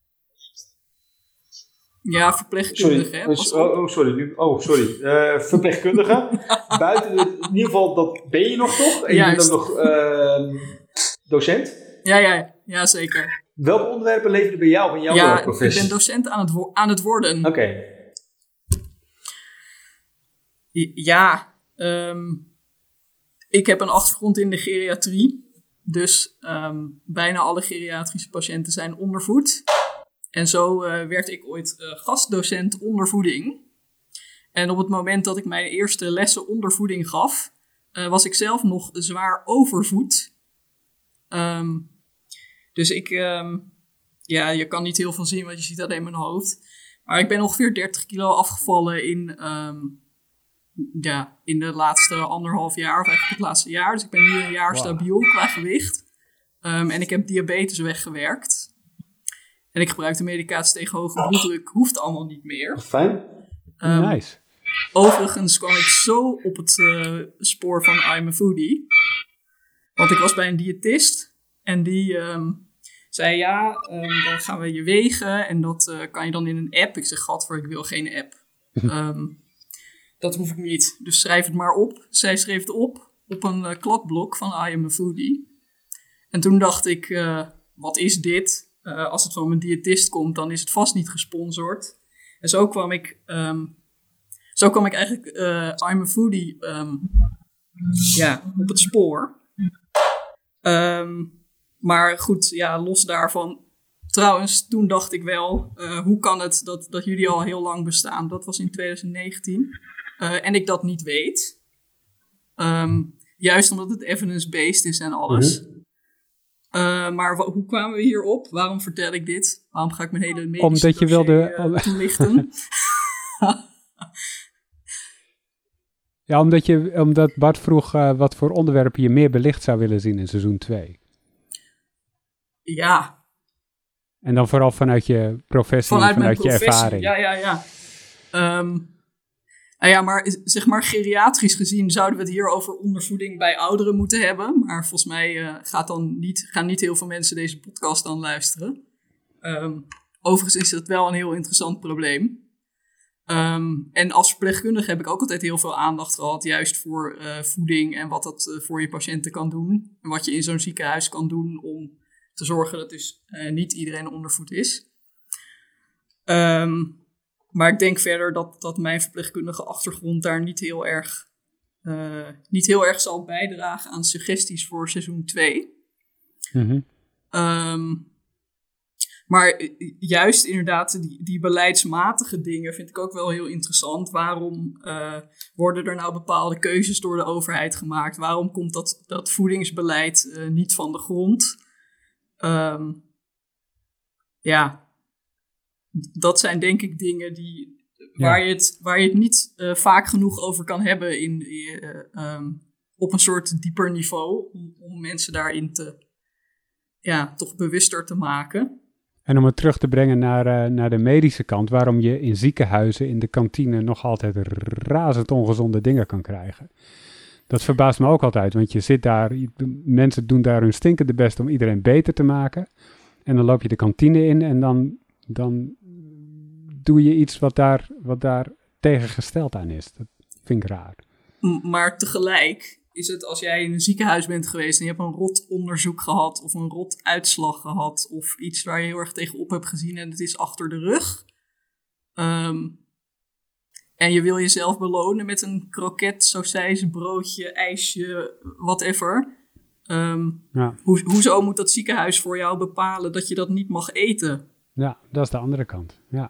Ja, verpleegkundige. Sorry. Verpleegkundige. Buiten in ieder geval, dat ben je nog toch? En je bent ook nog docent? Ja, zeker. Welke onderwerpen leveren bij jou van jouw professie? Ik ben docent aan het worden. Oké. Ja, ik heb een achtergrond in de geriatrie. Dus bijna alle geriatrische patiënten zijn ondervoed. En zo werd ik ooit gastdocent ondervoeding. En op het moment dat ik mijn eerste lessen ondervoeding gaf, was ik zelf nog zwaar overvoed. Dus ik, je kan niet heel veel zien, want je ziet alleen mijn hoofd. Maar ik ben ongeveer 30 kilo afgevallen in de laatste 1,5 jaar, of eigenlijk het laatste jaar. Dus ik ben nu een jaar stabiel qua gewicht. En ik heb diabetes weggewerkt. En ik gebruik de medicatie tegen hoge bloeddruk. Hoeft allemaal niet meer. Fijn. Nice. Overigens kwam ik zo op het spoor van I'm a Foodie. Want ik was bij een diëtist. En die zei, dan gaan we je wegen. En dat kan je dan in een app. Ik zeg, gadver, ik wil geen app. Dat hoef ik niet. Dus schrijf het maar op. Zij schreef het op een kladblok van I am a Foodie. En toen dacht ik, wat is dit? Als het van mijn diëtist komt, dan is het vast niet gesponsord. En zo kwam ik eigenlijk I'm a Foodie op het spoor. Maar goed, los daarvan. Trouwens, toen dacht ik wel, hoe kan het dat jullie al heel lang bestaan? Dat was in 2019. En ik dat niet weet. Juist omdat het evidence-based is en alles. Mm-hmm. Maar hoe kwamen we hierop? Waarom vertel ik dit? Waarom ga ik mijn hele medische omdat je wilde toelichten? Ja, omdat Bart vroeg wat voor onderwerpen je meer belicht zou willen zien in seizoen 2. Ja. En dan vooral vanuit je professie, vanuit je ervaring. Ja. Maar zeg maar geriatrisch gezien zouden we het hier over ondervoeding bij ouderen moeten hebben. Maar volgens mij gaan niet heel veel mensen deze podcast dan luisteren. Overigens is dat wel een heel interessant probleem. En als verpleegkundige heb ik ook altijd heel veel aandacht gehad, juist voor voeding en wat dat voor je patiënten kan doen. En wat je in zo'n ziekenhuis kan doen om te zorgen dat dus niet iedereen ondervoed is. Maar ik denk verder dat mijn verpleegkundige achtergrond daar niet heel erg zal bijdragen aan suggesties voor seizoen 2. Mm-hmm. Maar juist inderdaad die beleidsmatige dingen vind ik ook wel heel interessant. Waarom worden er nou bepaalde keuzes door de overheid gemaakt? Waarom komt dat voedingsbeleid niet van de grond? Dat zijn denk ik dingen waar je het niet vaak genoeg over kan hebben op een soort dieper niveau. Om mensen daarin toch bewuster te maken. En om het terug te brengen naar de medische kant, waarom je in ziekenhuizen in de kantine nog altijd razend ongezonde dingen kan krijgen. Dat verbaast me ook altijd, want je zit daar, mensen doen daar hun stinkende best om iedereen beter te maken. En dan loop je de kantine in en dan doe je iets wat daar tegengesteld aan is. Dat vind ik raar. Maar tegelijk is het, als jij in een ziekenhuis bent geweest en je hebt een rot onderzoek gehad of een rot uitslag gehad of iets waar je heel erg tegenop hebt gezien en het is achter de rug. En je wil jezelf belonen met een kroket, sausijs, broodje, ijsje, whatever. Hoezo moet dat ziekenhuis voor jou bepalen dat je dat niet mag eten? Ja, dat is de andere kant. Ja.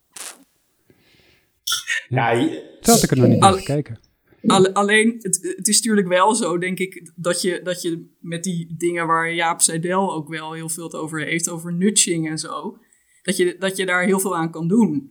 Zo had ik er nog niet naar gekeken. Alleen, het is natuurlijk wel zo, denk ik, dat je met die dingen waar Jaap Seidel ook wel heel veel over heeft, over nudging en zo, dat je daar heel veel aan kan doen.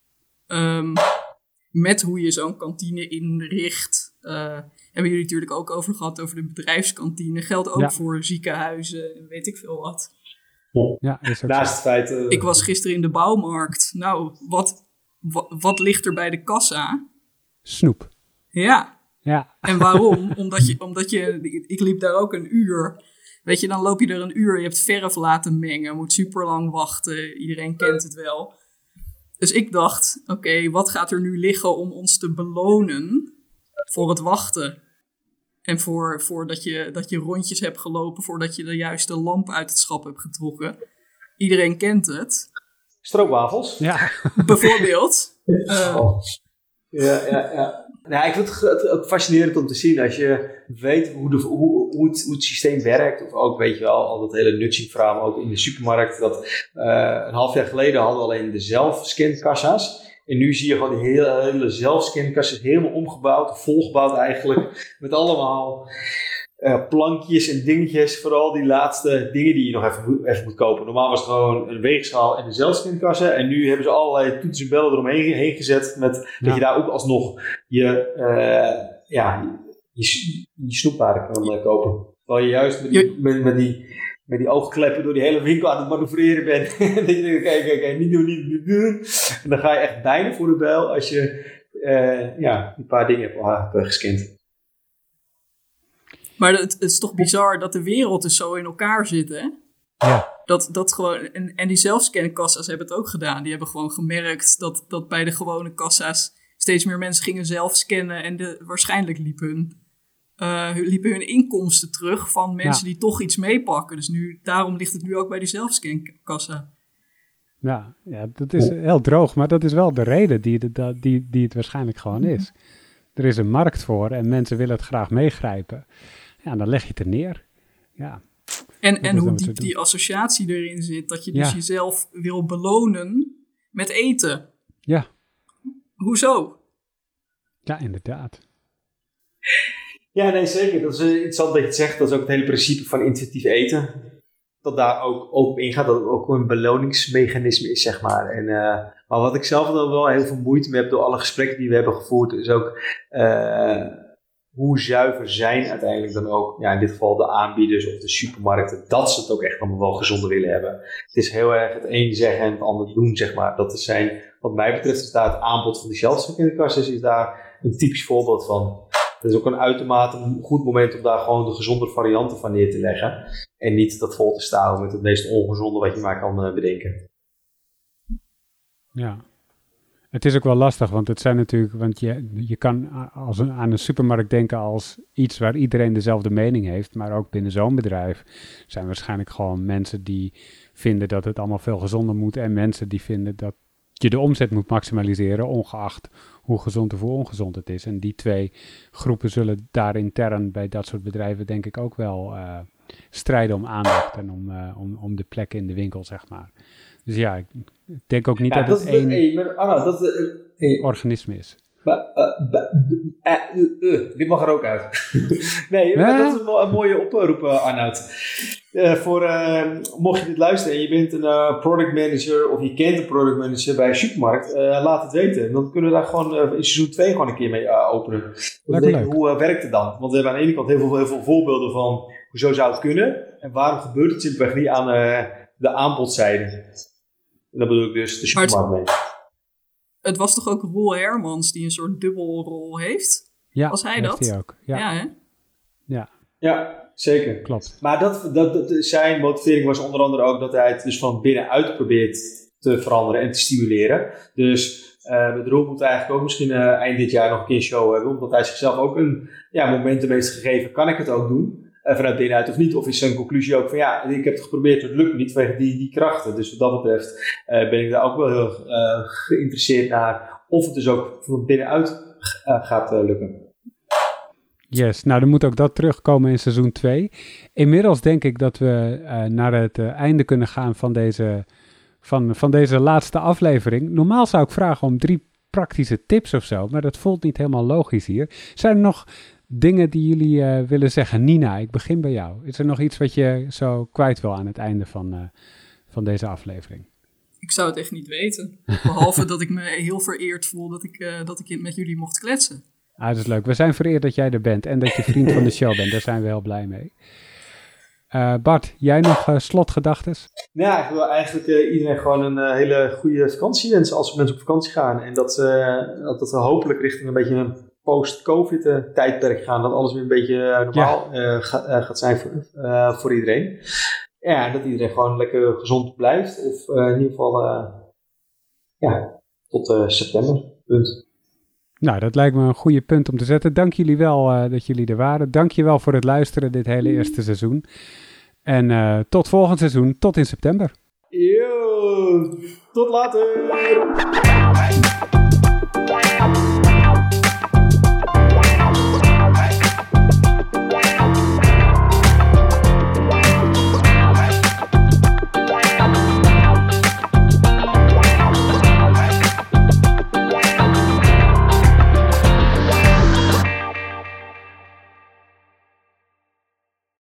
Met hoe je zo'n kantine inricht. Hebben jullie natuurlijk ook over gehad, over de bedrijfskantine. Geldt ook voor ziekenhuizen en weet ik veel wat. Ja, is ook naast het feit... Ik was gisteren in de bouwmarkt. Nou, wat ligt er bij de kassa? Snoep. Ja. En waarom? Omdat ik liep daar ook een uur. Weet je, dan loop je er een uur. Je hebt verf laten mengen. Moet super lang wachten. Iedereen kent het wel. Dus ik dacht, oké, wat gaat er nu liggen om ons te belonen voor het wachten? En voordat je rondjes hebt gelopen, voordat je de juiste lamp uit het schap hebt getrokken. Iedereen kent het. Stroopwafels. Ja. Bijvoorbeeld. Ja. Nou, ik vind het ook fascinerend om te zien als je weet hoe het systeem werkt. Of ook, weet je wel, al dat hele nudging verhaal ook in de supermarkt. Dat een half jaar geleden hadden we alleen de zelfscankassa's. En nu zie je gewoon die hele zelfscankassa's helemaal omgebouwd, volgebouwd eigenlijk. Met allemaal plankjes en dingetjes. Vooral die laatste dingen die je nog even moet kopen. Normaal was het gewoon een weegschaal en een zelfscankassa. En nu hebben ze allerlei toetsen en bellen eromheen gezet. Dat je daar ook alsnog je snoepwaren kan kopen. Terwijl je juist met die oogkleppen door die hele winkel aan het manoeuvreren bent. En dat je denkt, kijk, niet doen. En dan ga je echt bijna voor de bijl als je een paar dingen hebt gescand. Maar het is toch bizar dat de wereld dus zo in elkaar zit, hè? Ja. Dat gewoon, en die zelfscankassa's hebben het ook gedaan. Die hebben gewoon gemerkt dat bij de gewone kassa's steeds meer mensen gingen zelf scannen. En waarschijnlijk liepen hun inkomsten terug van mensen die toch iets meepakken. Dus daarom ligt het nu ook bij die zelfscankassa. Ja, dat is heel droog. Maar dat is wel de reden die het waarschijnlijk gewoon is. Er is een markt voor en mensen willen het graag meegrijpen. Ja, dan leg je het er neer. Ja. En hoe diep die associatie erin zit. Dat je dus jezelf wil belonen met eten. Ja. Hoezo? Ja, inderdaad. Ja, nee, zeker. Dat is interessant dat je het zegt. Dat is ook het hele principe van intuïtief eten. Dat daar ook op ingaat. Dat het ook een beloningsmechanisme is, zeg maar. En, maar wat ik zelf dan wel heel veel moeite mee heb door alle gesprekken die we hebben gevoerd, is ook hoe zuiver zijn uiteindelijk dan ook, in dit geval de aanbieders of de supermarkten, dat ze het ook echt allemaal wel gezonder willen hebben. Het is heel erg het een zeggen en het ander doen, zeg maar. Dat zijn, wat mij betreft, is daar het aanbod van de zelfscankassa's is daar een typisch voorbeeld van. Het is ook een uitermate goed moment om daar gewoon de gezondere varianten van neer te leggen. En niet dat vol te stouwen met het meest ongezonde wat je maar kan bedenken. Ja. Het is ook wel lastig, want het zijn natuurlijk, want je kan aan een supermarkt denken als iets waar iedereen dezelfde mening heeft, maar ook binnen zo'n bedrijf zijn waarschijnlijk gewoon mensen die vinden dat het allemaal veel gezonder moet en mensen die vinden dat je de omzet moet maximaliseren, ongeacht hoe gezond of hoe ongezond het is. En die twee groepen zullen daar intern bij dat soort bedrijven denk ik ook wel strijden om aandacht en om de plek in de winkel, zeg maar. Dus ja, ik denk ook niet dat het één organisme is. Dit mag er ook uit. Nee, dat is wel een mooie oproep, Arnoud. Mocht je dit luisteren en je bent een product manager of je kent een product manager bij een supermarkt, laat het weten. Dan kunnen we daar gewoon in seizoen 2 gewoon een keer mee openen. Hoe werkt het dan? Want we hebben aan de ene kant heel veel voorbeelden van hoezo zou het kunnen en waarom gebeurt het simpelweg niet aan de aanbodzijde. En dat bedoel ik dus de supermarkt mee. Het was toch ook Roel Hermans die een soort dubbelrol heeft? Ja, was hij dat? Hij ook. Ja, hè? Ja, zeker. Klopt. Maar zijn motivering was onder andere ook dat hij het dus van binnenuit probeert te veranderen en te stimuleren. Dus met Roel moet hij eigenlijk ook misschien eind dit jaar nog een keer een show hebben. Omdat hij zichzelf ook een momentum heeft gegeven. Kan ik het ook doen? Vanuit binnenuit of niet? Of is zijn conclusie ook van ik heb het geprobeerd, het lukt niet vanwege die krachten. Dus wat dat betreft ben ik daar ook wel heel geïnteresseerd naar of het dus ook van binnenuit gaat lukken. Yes, nou dan moet ook dat terugkomen in seizoen 2. Inmiddels denk ik dat we naar het einde kunnen gaan van deze laatste aflevering. Normaal zou ik vragen om 3 praktische tips of zo, maar dat voelt niet helemaal logisch hier. Zijn er nog dingen die jullie willen zeggen? Nina, ik begin bij jou. Is er nog iets wat je zo kwijt wil aan het einde van deze aflevering? Ik zou het echt niet weten. Behalve dat ik me heel vereerd voel dat ik met jullie mocht kletsen. Dat is leuk. We zijn vereerd dat jij er bent en dat je vriend van de show bent. Daar zijn we heel blij mee. Bart, jij nog slotgedachtes? Ja, ik wil eigenlijk iedereen gewoon een hele goede vakantie wensen als mensen op vakantie gaan. En dat we hopelijk richting een beetje een post-covid tijdperk gaan. Dat alles weer een beetje normaal gaat zijn voor iedereen. Ja, dat iedereen gewoon lekker gezond blijft. Of in ieder geval tot september. Punt. Nou, dat lijkt me een goede punt om te zetten. Dank jullie wel dat jullie er waren. Dank je wel voor het luisteren dit hele eerste seizoen. En tot volgend seizoen, tot in september. Yo, tot later!